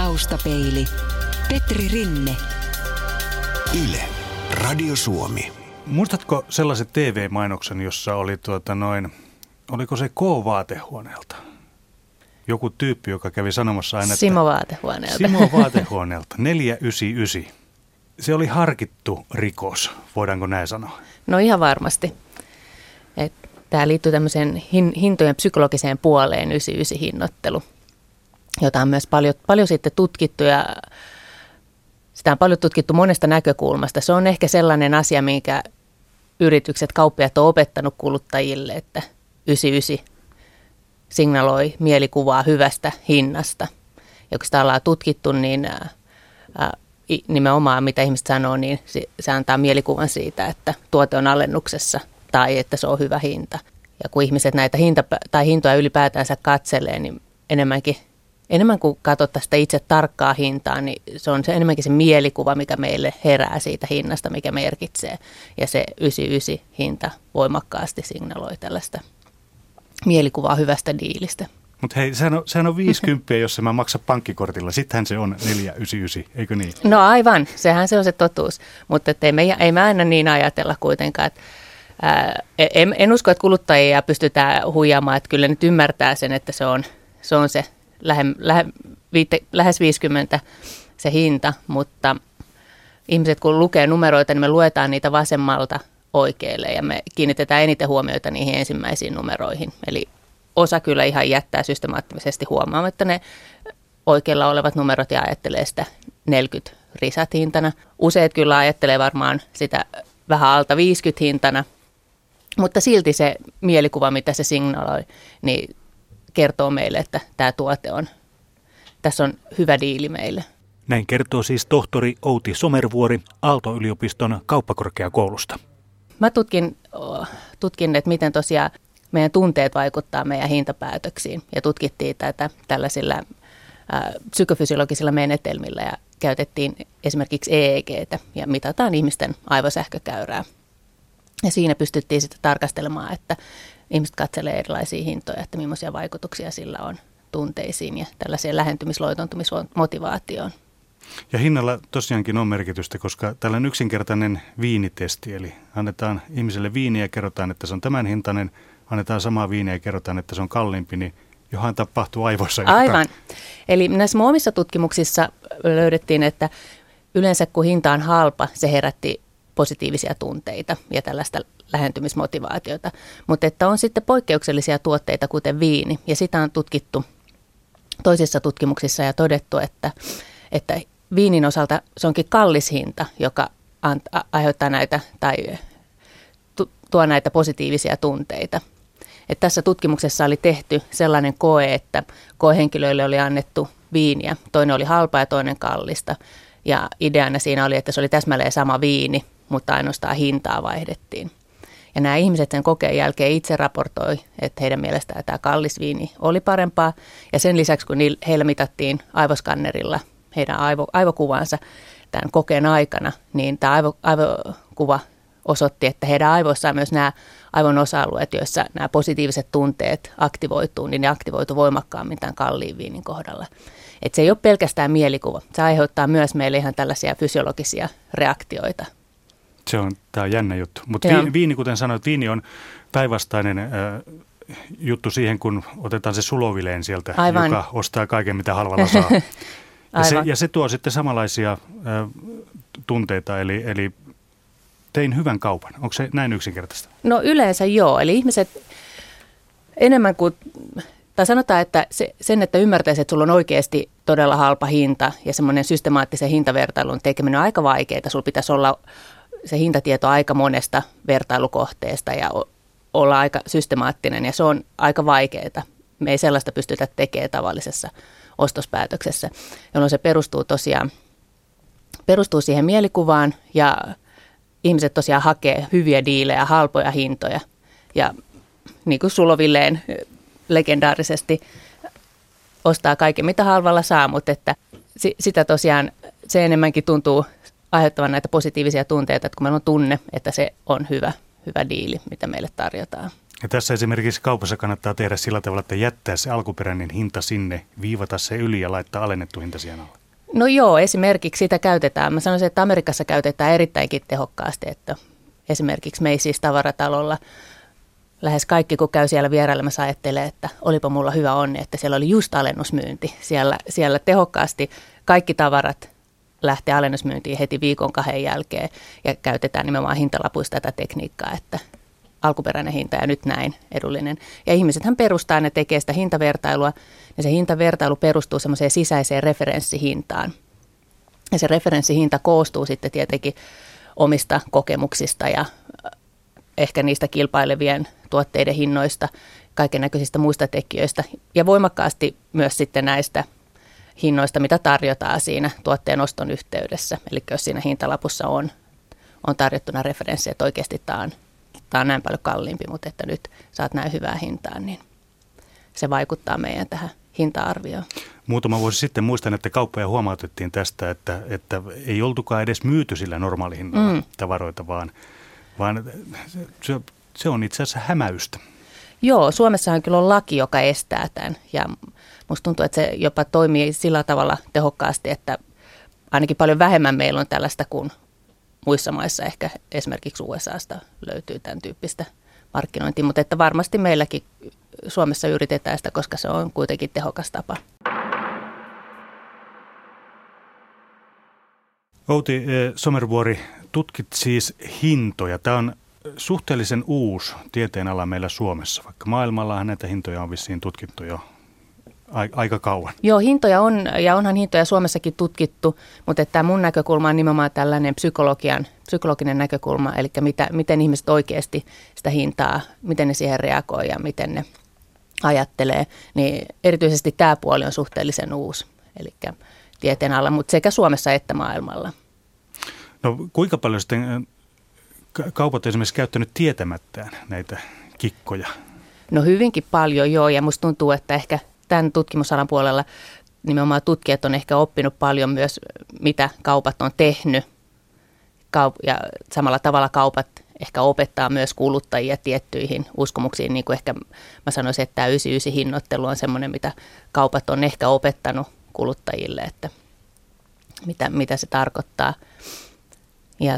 Taustapeili. Petri Rinne. Yle. Radio Suomi. Muistatko sellaisen TV-mainoksen, jossa oli oliko se K-vaatehuoneelta? Joku tyyppi, joka kävi sanomassa aina, Simo Vaatehuoneelta. Simo Vaatehuoneelta, 499. Se oli harkittu rikos, voidaanko näin sanoa? No ihan varmasti. Tämä liittyy tämmöiseen hintojen psykologiseen puoleen, 99-hinnoittelu, jota on myös paljon sitten tutkittu ja sitä on paljon tutkittu monesta näkökulmasta. Se on ehkä sellainen asia, minkä yritykset, kauppiaat on opettanut kuluttajille, että 99 signaloi mielikuvaa hyvästä hinnasta. Ja kun sitä ollaan tutkittu, niin nimenomaan mitä ihmiset sanoo, niin se antaa mielikuvan siitä, että tuote on alennuksessa tai että se on hyvä hinta. Ja kun ihmiset näitä hintoja ylipäätänsä katselee, niin enemmän kuin katsotaan sitä itse tarkkaa hintaa, niin se on enemmänkin se mielikuva, mikä meille herää siitä hinnasta, mikä merkitsee. Ja se 99 hinta voimakkaasti signaloi tällaista mielikuvaa hyvästä diilistä. Mutta hei, sehän on 50, jos mä maksan pankkikortilla. Sittenhän se on 499, eikö niin? No aivan, sehän se on se totuus. Mutta ei me aina niin ajatella kuitenkaan. Että, en usko, että kuluttajia pystytään huijaamaan, että kyllä nyt ymmärtää sen, että se on se lähes 50 se hinta. Mutta ihmiset kun lukee numeroita, niin me luetaan niitä vasemmalta oikealle ja me kiinnitetään eniten huomioita niihin ensimmäisiin numeroihin. Eli osa kyllä ihan jättää systemaattisesti huomaamatta ne oikealla olevat numerot ja ajattelee sitä 40 risat hintana. Useat kyllä ajattelee varmaan sitä vähän alta 50 hintana, mutta silti se mielikuva, mitä se signaloi, niin kertoo meille, että tämä tuote tässä on hyvä diili meille. Näin kertoo siis tohtori Outi Somervuori Aalto-yliopiston kauppakorkeakoulusta. Mä tutkin, että miten tosiaan meidän tunteet vaikuttaa meidän hintapäätöksiin ja tutkittiin tätä tällaisilla psykofysiologisilla menetelmillä ja käytettiin esimerkiksi EEGtä ja mitataan ihmisten aivosähkökäyrää. Ja siinä pystyttiin sitten tarkastelemaan, että ihmiset katselee erilaisia hintoja, että millaisia vaikutuksia sillä on tunteisiin ja tällaiseen lähentymisloitontumismotivaatioon. Ja hinnalla tosiaankin on merkitystä, koska tällainen yksinkertainen viinitesti, eli annetaan ihmiselle viiniä ja kerrotaan, että se on tämän hintainen, annetaan samaa viiniä ja kerrotaan, että se on kalliimpi, niin johan tapahtuu aivoissa. Aivan. Eli näissä omissa tutkimuksissa löydettiin, että yleensä kun hinta on halpa, se herätti positiivisia tunteita ja tällaista lähentymismotivaatiota. Mutta että on sitten poikkeuksellisia tuotteita, kuten viini, ja sitä on tutkittu toisissa tutkimuksissa ja todettu, että viinin osalta se onkin kallis hinta, joka aiheuttaa näitä tai tuo näitä positiivisia tunteita. Et tässä tutkimuksessa oli tehty sellainen koe, että koehenkilöille oli annettu viiniä. Toinen oli halpa ja toinen kallista. Ja ideana siinä oli, että se oli täsmälleen sama viini, mutta ainoastaan hintaa vaihdettiin. Ja nämä ihmiset sen kokeen jälkeen itse raportoi, että heidän mielestään tämä kallis viini oli parempaa. Ja sen lisäksi, kun heillä mitattiin aivoskannerilla heidän aivokuvansa tämän kokeen aikana, niin tämä aivokuva osoitti, että heidän aivoissaan myös nämä aivon osa-alueet, joissa nämä positiiviset tunteet aktivoituu, niin ne aktivoituu voimakkaammin tämän kalliin viinin kohdalla. Että se ei ole pelkästään mielikuva. Se aiheuttaa myös meille ihan tällaisia fysiologisia reaktioita. Tämä on jännä juttu. Mutta viini, kuten sanoit, viini on päinvastainen juttu siihen, kun otetaan se sulovileen sieltä, aivan, joka ostaa kaiken, mitä halvalla saa. Ja se tuo sitten samanlaisia tunteita, eli tein hyvän kaupan. Onko se näin yksinkertaista? No yleensä joo. Eli ihmiset enemmän kuin, tai sanotaan, että sen, että ymmärtäisi, että sulla on oikeasti todella halpa hinta ja semmoinen systemaattisen hintavertailun tekeminen on aika vaikeaa. Sulla pitäisi olla se hintatieto aika monesta vertailukohteesta ja olla aika systemaattinen ja se on aika vaikeaa. Me ei sellaista pystytä tekemään tavallisessa ostospäätöksessä, jolloin se perustuu siihen mielikuvaan ja ihmiset tosiaan hakee hyviä diilejä, halpoja hintoja ja niin kuin Sulovilleen legendaarisesti ostaa kaiken mitä halvalla saa, mutta että sitä tosiaan se enemmänkin tuntuu aiheuttavan näitä positiivisia tunteita, että kun meillä on tunne, että se on hyvä diili, mitä meille tarjotaan. Ja tässä esimerkiksi kaupassa kannattaa tehdä sillä tavalla, että jättää se alkuperäinen hinta sinne, viivata se yli ja laittaa alennettu hinta siihen alle. No joo, esimerkiksi sitä käytetään. Mä sanoisin, että Amerikassa käytetään erittäinkin tehokkaasti, että esimerkiksi Macy's tavaratalolla lähes kaikki, kun käy siellä vierailemassa, ajattelee, että olipa mulla hyvä onni, että siellä oli just alennusmyynti. Siellä tehokkaasti kaikki tavarat lähtee alennusmyyntiin heti 1-2 jälkeen ja käytetään nimenomaan hintalapuista tätä tekniikkaa, että alkuperäinen hinta ja nyt näin edullinen. Ja ihmisethän perustaa, ne tekee sitä hintavertailua ja se hintavertailu perustuu semmoiseen sisäiseen referenssihintaan. Ja se referenssihinta koostuu sitten tietenkin omista kokemuksista ja ehkä niistä kilpailevien tuotteiden hinnoista, kaiken näköisistä muista tekijöistä ja voimakkaasti myös sitten näistä hinnoista, mitä tarjotaan siinä tuotteen oston yhteydessä. Eli jos siinä hintalapussa on tarjottuna referenssiä, että oikeasti tämä on näin paljon kalliimpi, mutta että nyt saat näin hyvää hintaa, niin se vaikuttaa meidän tähän hinta-arvioon. Muutama vuosi sitten muistan, että kauppoja huomautettiin tästä, että ei oltukaan edes myyty sillä normaalihinnalla tavaroita, vaan se on itse asiassa hämäystä. Joo, Suomessahan kyllä on laki, joka estää tämän ja musta tuntuu, että se jopa toimii sillä tavalla tehokkaasti, että ainakin paljon vähemmän meillä on tällaista kuin muissa maissa, ehkä esimerkiksi USAsta löytyy tämän tyyppistä markkinointia, mutta että varmasti meilläkin Suomessa yritetään sitä, koska se on kuitenkin tehokas tapa. Outi Somervuori, tutkit siis hintoja. Tämä on suhteellisen uusi tieteenala meillä Suomessa, vaikka maailmallahan näitä hintoja on vissiin tutkittu jo aika kauan. Joo, hintoja on, ja onhan hintoja Suomessakin tutkittu, mutta että mun näkökulma on nimenomaan tällainen psykologinen näkökulma, eli miten ihmiset oikeasti sitä hintaa, miten ne siihen reagoi ja miten ne ajattelee, niin erityisesti tämä puoli on suhteellisen uusi, eli tieteen alla, mutta sekä Suomessa että maailmalla. No kuinka paljon sitten kaupat esimerkiksi käyttänyt tietämättään näitä kikkoja? No hyvinkin paljon joo, ja musta tuntuu, että ehkä tämän tutkimusalan puolella nimenomaan tutkijat on ehkä oppinut paljon myös, mitä kaupat on tehnyt. Ja samalla tavalla kaupat ehkä opettaa myös kuluttajia tiettyihin uskomuksiin, niin kuin ehkä mä sanoisin, että tämä 99-hinnoittelu on semmoinen, mitä kaupat on ehkä opettanut kuluttajille, että mitä se tarkoittaa. Ja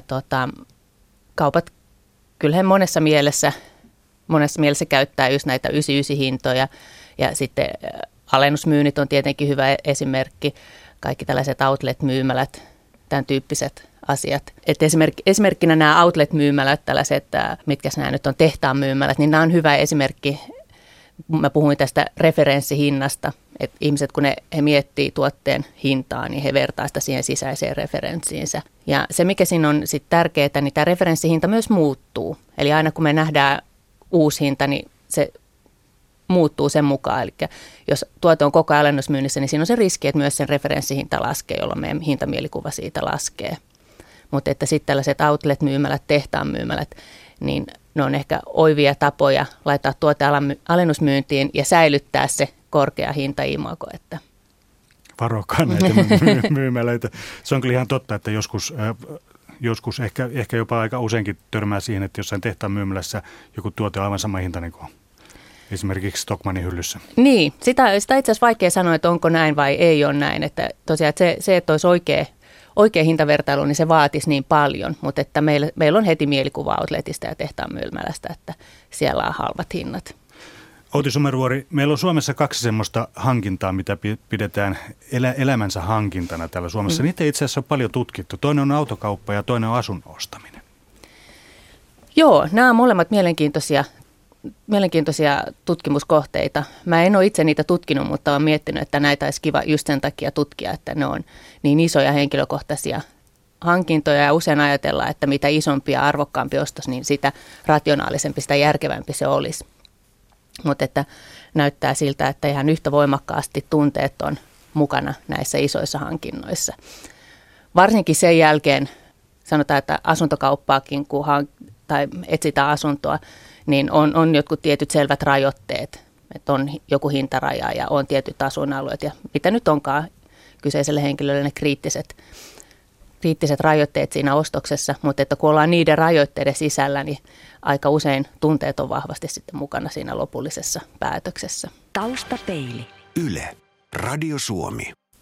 kaupat kyllähän monessa mielessä käyttää just näitä 99-hintoja ja sitten alennusmyynnit on tietenkin hyvä esimerkki, kaikki tällaiset outlet-myymälät, tämän tyyppiset asiat. Et esimerkkinä nämä outlet-myymälät, tällaiset, mitkä nämä nyt on tehtaan myymälät, niin nämä on hyvä esimerkki. Mä puhuin tästä referenssihinnasta, että ihmiset kun he miettii tuotteen hintaa, niin he vertaa sitä siihen sisäiseen referenssiinsä. Ja se mikä siinä on sitten tärkeää, niin tämä referenssihinta myös muuttuu. Eli aina kun me nähdään uusi hinta, niin se muuttuu sen mukaan. Eli jos tuote on koko ajan alennusmyynnissä, niin siinä on se riski, että myös sen referenssihinta laskee, jolloin meidän hintamielikuva siitä laskee. Mutta että sitten tällaiset outlet-myymälät, tehtaan myymälät, niin ne on ehkä oivia tapoja laittaa tuote alennusmyyntiin ja säilyttää se korkea hinta-imago. Varokaa näitä myymälöitä. Se on kyllä ihan totta, että joskus ehkä jopa aika useinkin törmää siihen, että jossain tehtaan myymälässä joku tuote on aivan sama hintainen kuin esimerkiksi Stockmannin hyllyssä. Niin, sitä itse asiassa vaikea sanoa, että onko näin vai ei ole näin. Että tosiaan että se, että olisi oikea hintavertailu, niin se vaatisi niin paljon, mutta että meillä on heti mielikuva outletista ja tehtaan myymälästä, että siellä on halvat hinnat. Outi Somervuori, meillä on Suomessa 2 semmoista hankintaa, mitä pidetään elämänsä hankintana täällä Suomessa. Niitä itse asiassa on paljon tutkittu. Toinen on autokauppa ja toinen on asunnon ostaminen. Joo, nämä on molemmat mielenkiintoisia tutkimuskohteita. Mä en ole itse niitä tutkinut, mutta olen miettinyt, että näitä olisi kiva just sen takia tutkia, että ne on niin isoja henkilökohtaisia hankintoja ja usein ajatellaan, että mitä isompi ja arvokkaampi ostos, niin sitä rationaalisempi, sitä järkevämpi se olisi. Mutta että näyttää siltä, että ihan yhtä voimakkaasti tunteet on mukana näissä isoissa hankinnoissa. Varsinkin sen jälkeen sanotaan, että asuntokauppaakin, kun tai etsitään asuntoa, niin on jotkut tietyt selvät rajoitteet, että on joku hintaraja ja on tietyt asuinalueet ja mitä nyt onkaan kyseiselle henkilölle ne kriittiset rajoitteet siinä ostoksessa, mutta että kun ollaan niiden rajoitteiden sisällä, niin aika usein tunteet on vahvasti sitten mukana siinä lopullisessa päätöksessä. Taustapeili. Yle, Radio Suomi.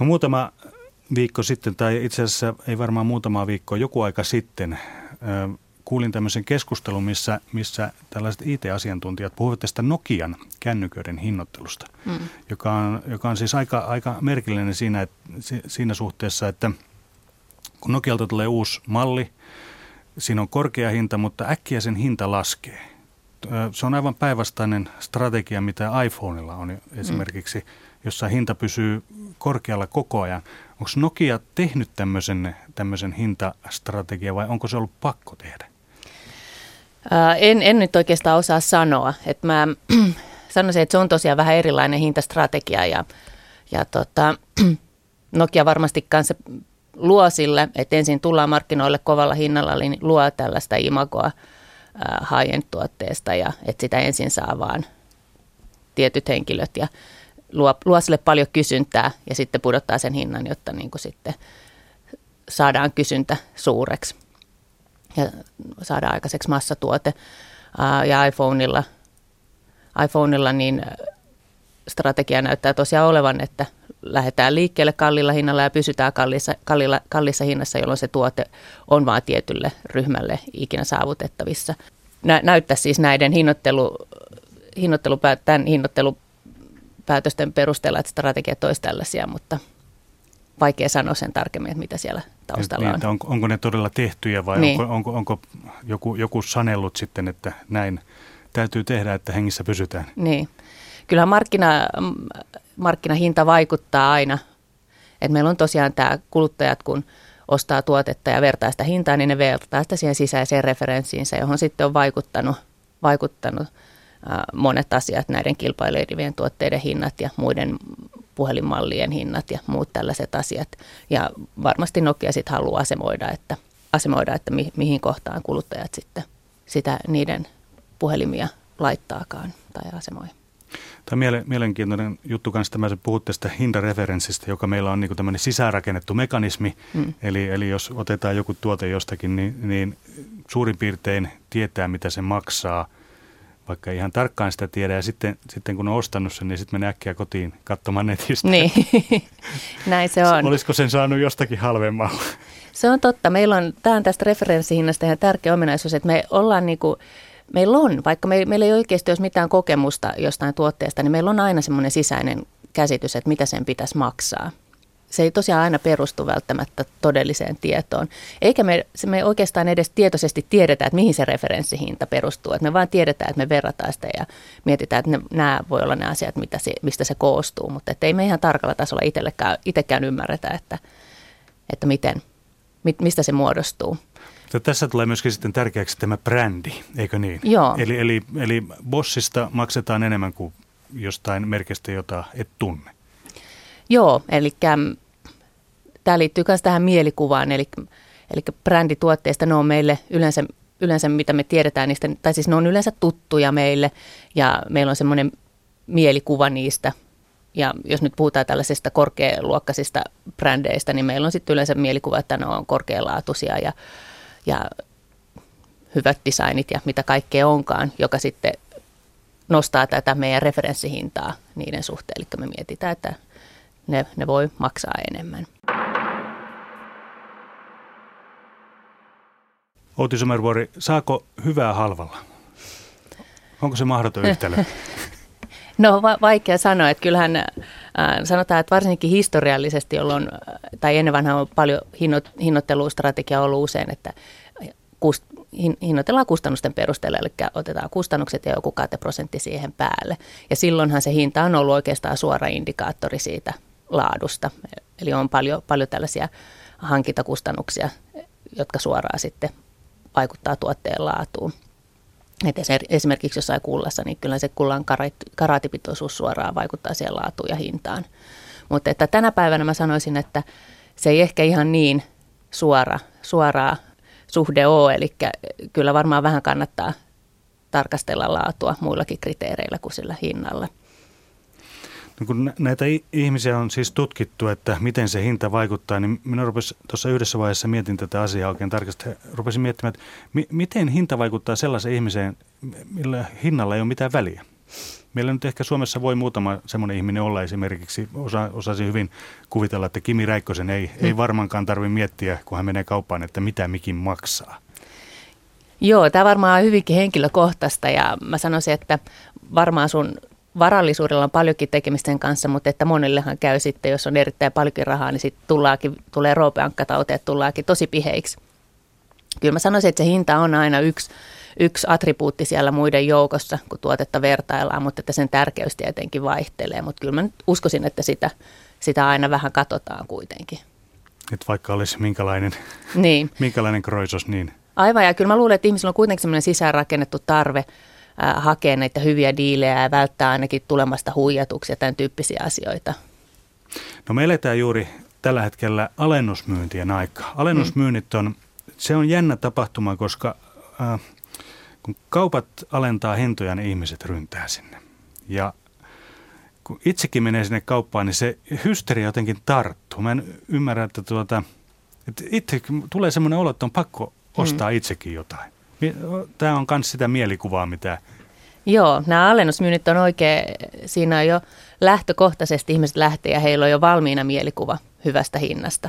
Muutama viikko sitten, tai itse asiassa ei varmaan muutama viikko, joku aika sitten, kuulin tämmöisen keskustelun, missä tällaiset IT-asiantuntijat puhuvat tästä Nokian kännyköiden hinnoittelusta, joka on siis aika merkillinen siinä suhteessa, että kun Nokialta tulee uusi malli, siinä on korkea hinta, mutta äkkiä sen hinta laskee. Se on aivan päinvastainen strategia, mitä iPhoneilla on esimerkiksi, jossa hinta pysyy korkealla koko ajan. Onko Nokia tehnyt tämmöisen hintastrategian vai onko se ollut pakko tehdä? En nyt oikeastaan osaa sanoa. Että mä sanoisin, että se on tosiaan vähän erilainen hintastrategia ja Nokia varmasti kanssa luo sille, että ensin tullaan markkinoille kovalla hinnalla, niin luo tällaista imagoa high-end-tuotteesta ja että sitä ensin saa vaan tietyt henkilöt ja luo sille paljon kysyntää ja sitten pudottaa sen hinnan, jotta niin kuin sitten saadaan kysyntä suureksi ja saadaan aikaiseksi massatuote. Ja iPhoneilla niin strategia näyttää tosiaan olevan, että lähdetään liikkeelle kalliilla hinnalla ja pysytään kalliissa hinnassa, jolloin se tuote on vaan tietylle ryhmälle ikinä saavutettavissa. Näyttää siis näiden hinnoittelupäätösten perusteella, että strategiat olisi tällaisia, mutta vaikea sanoa sen tarkemmin, että mitä siellä taustalla on. Onko ne todella tehtyjä vai niin. onko joku sanellut sitten, että näin täytyy tehdä, että hengissä pysytään? Niin. Kyllähän markkinahinta vaikuttaa aina. Et meillä on tosiaan tämä kuluttajat, kun ostaa tuotetta ja vertaa sitä hintaa, niin ne vertaa sitä siihen sisäiseen referenssiinsä, johon sitten on vaikuttanut monet asiat, näiden kilpailevien tuotteiden hinnat ja muiden puhelinmallien hinnat ja muut tällaiset asiat. Ja varmasti Nokia sitten haluaa asemoida, että mihin kohtaan kuluttajat sitten sitä niiden puhelimia laittaakaan tai asemoi. Tämä on mielenkiintoinen juttu kanssa, että puhut tästä hintareferenssistä, joka meillä on niin kuin tämmöinen sisäänrakennettu mekanismi. Eli jos otetaan joku tuote jostakin, niin suurin piirtein tietää, mitä se maksaa, vaikka ei ihan tarkkaan sitä tiedä. Ja sitten kun on ostanut sen, niin sitten menee äkkiä kotiin katsomaan netistä. Niin, näin se on. Olisiko sen saanut jostakin halvemmalla? Se on totta. Tämä on tästä referenssihinnasta ihan tärkeä ominaisuus, että me ollaan meillä on, vaikka meillä ei oikeasti olisi mitään kokemusta jostain tuotteesta, niin meillä on aina semmoinen sisäinen käsitys, että mitä sen pitäisi maksaa. Se ei tosiaan aina perustu välttämättä todelliseen tietoon. Eikä me oikeastaan edes tietoisesti tiedetä, että mihin se referenssihinta perustuu. Että me vaan tiedetään, että me verrataan sitä ja mietitään, että nämä voi olla ne asiat, mistä se koostuu. Mutta ei me ihan tarkalla tasolla itsekään ymmärretä, että mistä se muodostuu. Tässä tulee myöskin sitten tärkeäksi tämä brändi, eikö niin? Joo. Eli Boschista maksetaan enemmän kuin jostain merkistä, jota et tunne. Joo, eli tämä liittyy myös tähän mielikuvaan, eli brändituotteista ne on meille yleensä mitä me tiedetään niistä, tai siis ne on yleensä tuttuja meille ja meillä on semmoinen mielikuva niistä. Ja jos nyt puhutaan tällaisista korkealuokkaisista brändeistä, niin meillä on sitten yleensä mielikuva, että ne on korkealaatuisia ja hyvät designit ja mitä kaikkea onkaan, joka sitten nostaa tätä meidän referenssihintaa niiden suhteen. Eli me mietitään, että ne voi maksaa enemmän. Outi Somervuori, saako hyvää halvalla? Onko se mahdoton yhtälö? No vaikea sanoa, että kyllähän sanotaan, että varsinkin historiallisesti, tai ennen vanhaa on paljon hinnoittelustrategia ollut usein, että hinnoitellaan kustannusten perusteella, eli otetaan kustannukset ja joku kateprosentti siihen päälle. Ja silloinhan se hinta on ollut oikeastaan suora indikaattori siitä laadusta. Eli on paljon tällaisia hankintakustannuksia, jotka suoraan sitten vaikuttaa tuotteen laatuun. Et esimerkiksi jossain kullassa, niin kyllä se kullan karaatipitoisuus suoraan vaikuttaa siihen laatuun ja hintaan. Mutta että tänä päivänä mä sanoisin, että se ei ehkä ihan niin suoraa suhde ole, eli kyllä varmaan vähän kannattaa tarkastella laatua muillakin kriteereillä kuin sillä hinnalla. No kun näitä ihmisiä on siis tutkittu, että miten se hinta vaikuttaa, niin minä rupesin tuossa yhdessä vaiheessa mietin tätä asiaa oikein tarkasti. Rupesin miettimään, että miten hinta vaikuttaa sellaiseen ihmiseen, millä hinnalla ei ole mitään väliä. Meillä nyt ehkä Suomessa voi muutama semmoinen ihminen olla esimerkiksi, osasi hyvin kuvitella, että Kimi Räikkösen ei varmaankaan tarvitse miettiä, kun hän menee kauppaan, että mitä mikin maksaa. Joo, tämä varmaan on hyvinkin henkilökohtaista ja mä sanoisin, että varmaan sun varallisuudella on paljonkin tekemistä sen kanssa, mutta että monillehan käy sitten, jos on erittäin paljonkin rahaa, niin sitten tulee roopeankkatauteet, tullaakin tosi piheiksi. Kyllä mä sanoisin, että se hinta on aina yksi attribuutti siellä muiden joukossa, kun tuotetta vertaillaan, mutta että sen tärkeys tietenkin vaihtelee. Mutta kyllä mä nyt uskoisin, että sitä aina vähän katsotaan kuitenkin. Että vaikka olisi minkälainen kroisos, niin... Aivan, ja kyllä mä luulen, että ihmisillä on kuitenkin sellainen sisäänrakennettu tarve hakea näitä hyviä diilejä ja välttää ainakin tulemasta huijatuksia, tämän tyyppisiä asioita. No me eletään juuri tällä hetkellä alennusmyyntien aikaa. Alennusmyynnit se on jännä tapahtuma, koska kun kaupat alentaa hintoja, niin ihmiset ryntää sinne. Ja kun itsekin menee sinne kauppaan, niin se hysteria jotenkin tarttuu. Mä en ymmärrä, että itse tulee semmoinen olo, että on pakko ostaa itsekin jotain. Tämä on myös sitä mielikuvaa, mitä... Joo, nämä alennusmyynnit on oikein, siinä on jo lähtökohtaisesti ihmiset lähtee ja heillä on jo valmiina mielikuva hyvästä hinnasta.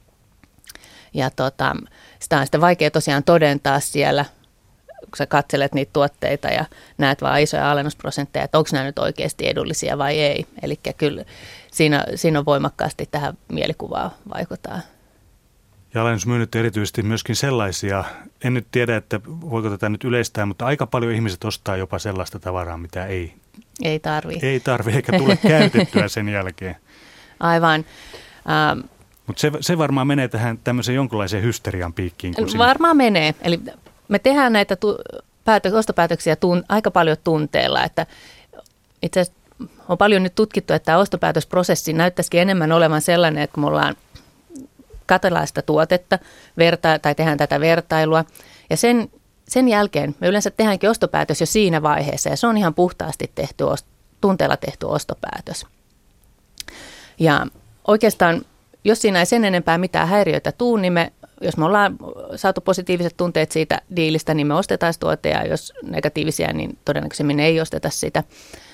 Ja sitä on sitten vaikea tosiaan todentaa siellä, kun sä katselet niitä tuotteita ja näet vaan isoja alennusprosentteja, että onko nämä nyt oikeasti edullisia vai ei. Eli kyllä siinä on voimakkaasti tähän mielikuvaan vaikuttaa. Ja alennusmyynnit erityisesti myöskin sellaisia, en nyt tiedä, että voiko tätä nyt yleistää, mutta aika paljon ihmiset ostaa jopa sellaista tavaraa, mitä ei tarvitse. Ei tarvitse, eikä tule käytettyä sen jälkeen. Aivan. Mutta se varmaan menee tähän tämmöiseen jonkinlaiseen hysterian piikkiin. Varmaan menee. Eli me tehdään näitä ostopäätöksiä aika paljon tunteella. Että itse asiassa on paljon nyt tutkittu, että tämä ostopäätösprosessi näyttäisikin enemmän olevan sellainen, että kun me ollaan katsellaan sitä tuotetta, tai tehdään tätä vertailua. Ja sen jälkeen me yleensä tehdäänkin ostopäätös jo siinä vaiheessa, ja se on ihan puhtaasti tunteella tehty ostopäätös. Ja oikeastaan, jos siinä ei sen enempää mitään häiriöitä tule, niin jos me ollaan saatu positiiviset tunteet siitä diilistä, niin me ostetaan tuote, ja jos negatiivisia, niin todennäköisemmin ei osteta sitä.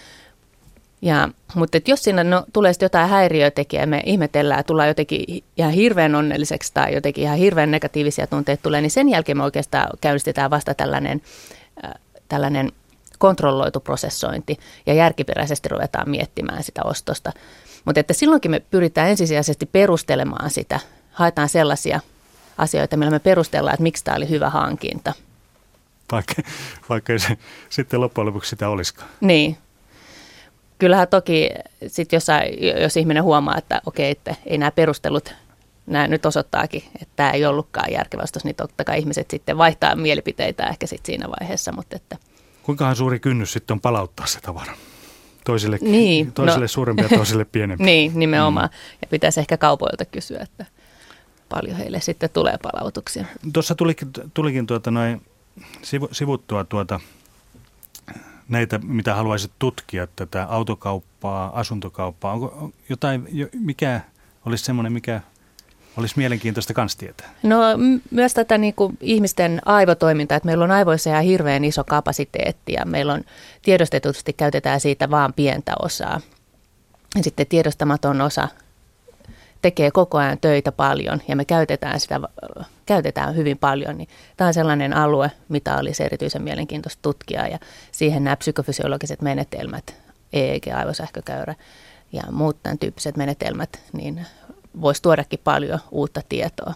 Mutta jos siinä tulee sitten jotain häiriötekijää, me ihmetellään, tullaan jotenkin ihan hirveän onnelliseksi tai jotenkin ihan hirveän negatiivisia tunteita tulee, niin sen jälkeen me oikeastaan käynnistetään vasta tällainen kontrolloitu prosessointi ja järkiperäisesti ruvetaan miettimään sitä ostosta. Mutta että silloinkin me pyritään ensisijaisesti perustelemaan sitä, haetaan sellaisia asioita, millä me perustellaan, että miksi tämä oli hyvä hankinta. Vaikka ei se sitten loppujen lopuksi sitä olisikaan. Niin. Kyllähän toki sitten jos ihminen huomaa, että okei, että ei nämä perustelut, nämä nyt osoittaakin, että tämä ei ollutkaan järkevä ostos, niin totta kai ihmiset sitten vaihtaa mielipiteitä ehkä sitten siinä vaiheessa. Mutta että... Kuinkahan suuri kynnys sitten on palauttaa se tavara? Toisille suurempi ja toisille pienempi. Niin, nimenomaan. Ja pitäisi ehkä kaupoilta kysyä, että paljon heille sitten tulee palautuksia. Tuossa tulikin sivuttua näitä, mitä haluaisit tutkia, tätä autokauppaa, asuntokauppaa. Onko jotain, mikä olisi semmoinen, mikä olisi mielenkiintoista kans tietää? No myös tätä niin kuin ihmisten aivotoimintaa, että meillä on aivoissa ihan hirveän iso kapasiteetti ja meillä on tiedostetusti käytetään siitä vaan pientä osaa. Ja sitten tiedostamaton osa tekee koko ajan töitä paljon ja me käytetään hyvin paljon, niin tämä on sellainen alue, mitä olisi erityisen mielenkiintoista tutkia ja siihen nämä psykofysiologiset menetelmät, EEG, aivosähkökäyrä ja muut tämän tyyppiset menetelmät, niin voisi tuodakin paljon uutta tietoa.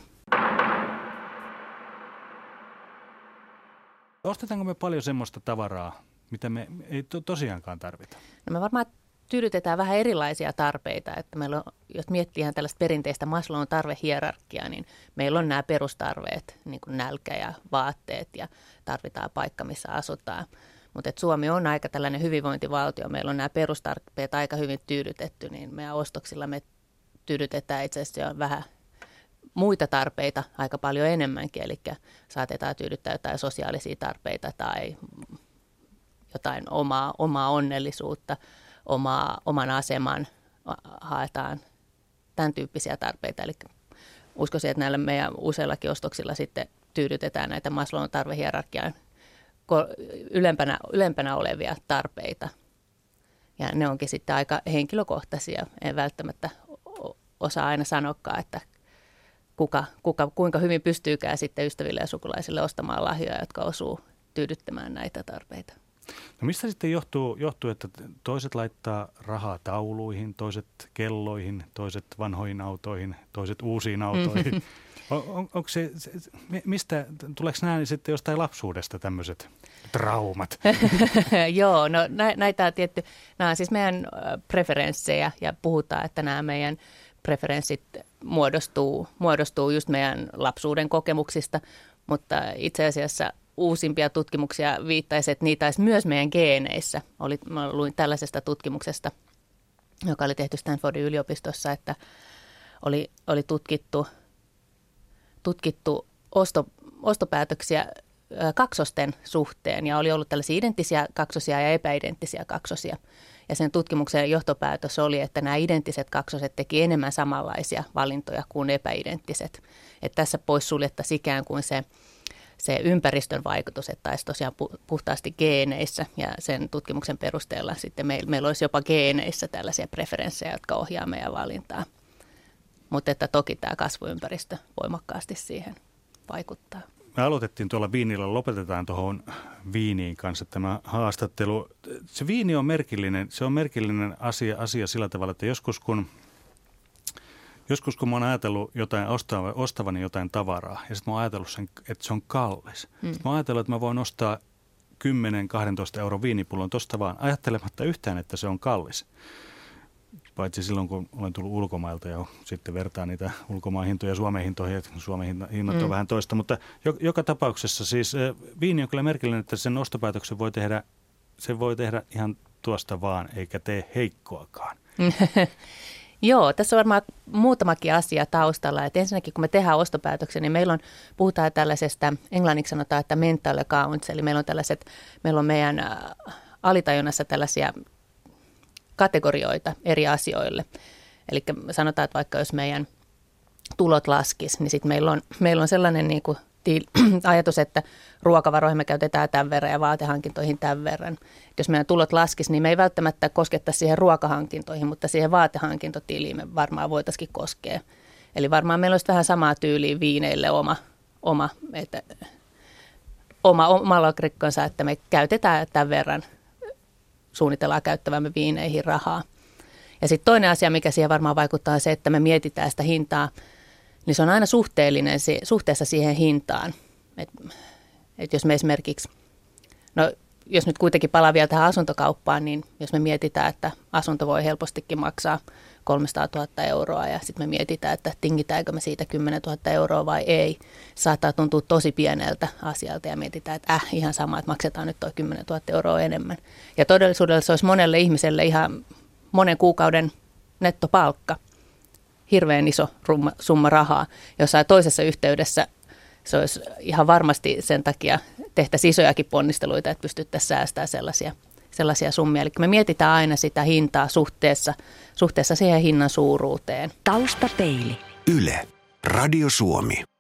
Ostetaanko me paljon semmoista tavaraa, mitä me ei tosiaankaan tarvita? No me varmaan tyydytetään vähän erilaisia tarpeita, että meillä on, jos miettii ihan tällaista perinteistä Maslown tarvehierarkiaa, niin meillä on nämä perustarveet, niin kuin nälkä ja vaatteet ja tarvitaan paikka, missä asutaan. Mutta Suomi on aika tällainen hyvinvointivaltio, meillä on nämä perustarpeet aika hyvin tyydytetty, niin meidän ostoksilla me tyydytetään itse asiassa jo vähän muita tarpeita aika paljon enemmänkin, eli saatetaan tyydyttää jotain sosiaalisia tarpeita tai jotain omaa onnellisuutta, oman aseman, haetaan tämän tyyppisiä tarpeita. Eli uskoisin, että näillä meidän useillakin ostoksilla sitten tyydytetään näitä Maslown tarvehierarkian ylempänä olevia tarpeita. Ja ne onkin sitten aika henkilökohtaisia. En välttämättä osaa aina sanoakaan, että kuinka hyvin pystyykään sitten ystäville ja sukulaisille ostamaan lahjoja, jotka osuu tyydyttämään näitä tarpeita. No mistä sitten johtuu, että toiset laittaa rahaa tauluihin, toiset kelloihin, toiset vanhoihin autoihin, toiset uusiin autoihin? Onko mistä, tuleeko nämä sitten jostain lapsuudesta tämmöiset traumat? Joo, no näitä on tietty, nämä on siis meidän preferenssejä ja puhutaan, että nämä meidän preferenssit muodostuu just meidän lapsuuden kokemuksista, mutta itse asiassa uusimpia tutkimuksia viittaisi, että niitä olisi myös meidän geeneissä. Mä luin tällaisesta tutkimuksesta, joka oli tehty Stanfordin yliopistossa, että oli tutkittu ostopäätöksiä kaksosten suhteen ja oli ollut tällaisia identtisiä kaksosia ja epäidenttisiä kaksosia. Ja sen tutkimuksen johtopäätös oli, että nämä identtiset kaksoset teki enemmän samanlaisia valintoja kuin epäidenttiset. Että tässä poissuljettaisiin ikään kuin se ympäristön vaikutus, että taisi tosiaan puhtaasti geeneissä ja sen tutkimuksen perusteella sitten meillä olisi jopa geeneissä tällaisia preferenssejä, jotka ohjaa meidän valintaa. Mutta että toki tämä kasvuympäristö voimakkaasti siihen vaikuttaa. Me aloitettiin tuolla viinillä, lopetetaan tuohon viiniin kanssa tämä haastattelu. Se viini on merkillinen asia sillä tavalla, että joskus kun mä oon ajatellut ostavani jotain tavaraa ja sitten mä oon ajatellut sen, että se on kallis. Sitten mä oon ajatellut, että mä voin ostaa 10-12 euron viinipullon tuosta vaan ajattelematta yhtään, että se on kallis. Paitsi silloin, kun olen tullut ulkomailta ja sitten vertaan niitä ulkomaan hintoja Suomen hintoihin, että Suomen hinnat on vähän toista. Mutta joka tapauksessa siis viini on kyllä merkillinen, että sen ostopäätöksen voi tehdä ihan tuosta vaan, eikä tee heikkoakaan. Joo, tässä on varmaan muutamakin asia taustalla. Että ensinnäkin, kun me tehdään ostopäätöksen, niin puhutaan tällaisesta, englanniksi sanotaan, että mental accounts, eli meillä on meidän alitajunnassa tällaisia kategorioita eri asioille. Eli sanotaan, että vaikka jos meidän tulot laskisi, niin sitten meillä on sellainen niin kuin ajatus, että ruokavaroihin me käytetään tämän verran ja vaatehankintoihin tämän verran. Jos meidän tulot laskisi, niin me ei välttämättä koskettaisi siihen ruokahankintoihin, mutta siihen vaatehankintotiliin me varmaan voitaisiin koskea. Eli varmaan meillä olisi vähän samaa tyyliä viineille oma logiikkansa, että me käytetään tämän verran, suunnitellaan käyttävämme viineihin rahaa. Ja sitten toinen asia, mikä siihen varmaan vaikuttaa, on se, että me mietitään sitä hintaa, niin se on aina suhteellinen suhteessa siihen hintaan. Et jos me esimerkiksi, jos nyt kuitenkin palaa vielä tähän asuntokauppaan, niin jos me mietitään, että asunto voi helpostikin maksaa 300 000 euroa ja sitten me mietitään, että tingitäänkö me siitä 10 000 euroa vai ei. Saattaa tuntua tosi pieneltä asialta ja mietitään, että ihan sama, että maksetaan nyt tuo 10 000 euroa enemmän. Ja todellisuudessa se olisi monelle ihmiselle ihan monen kuukauden nettopalkka. Hirveän iso summa rahaa. Jossain toisessa yhteydessä se olisi ihan varmasti sen takia tehtäisiin isojakin ponnisteluita, että pystyttäisiin säästämään sellaisia summia. Eli me mietitään aina sitä hintaa suhteessa siihen hinnan suuruuteen. Taustapeili. Yle, Radio Suomi.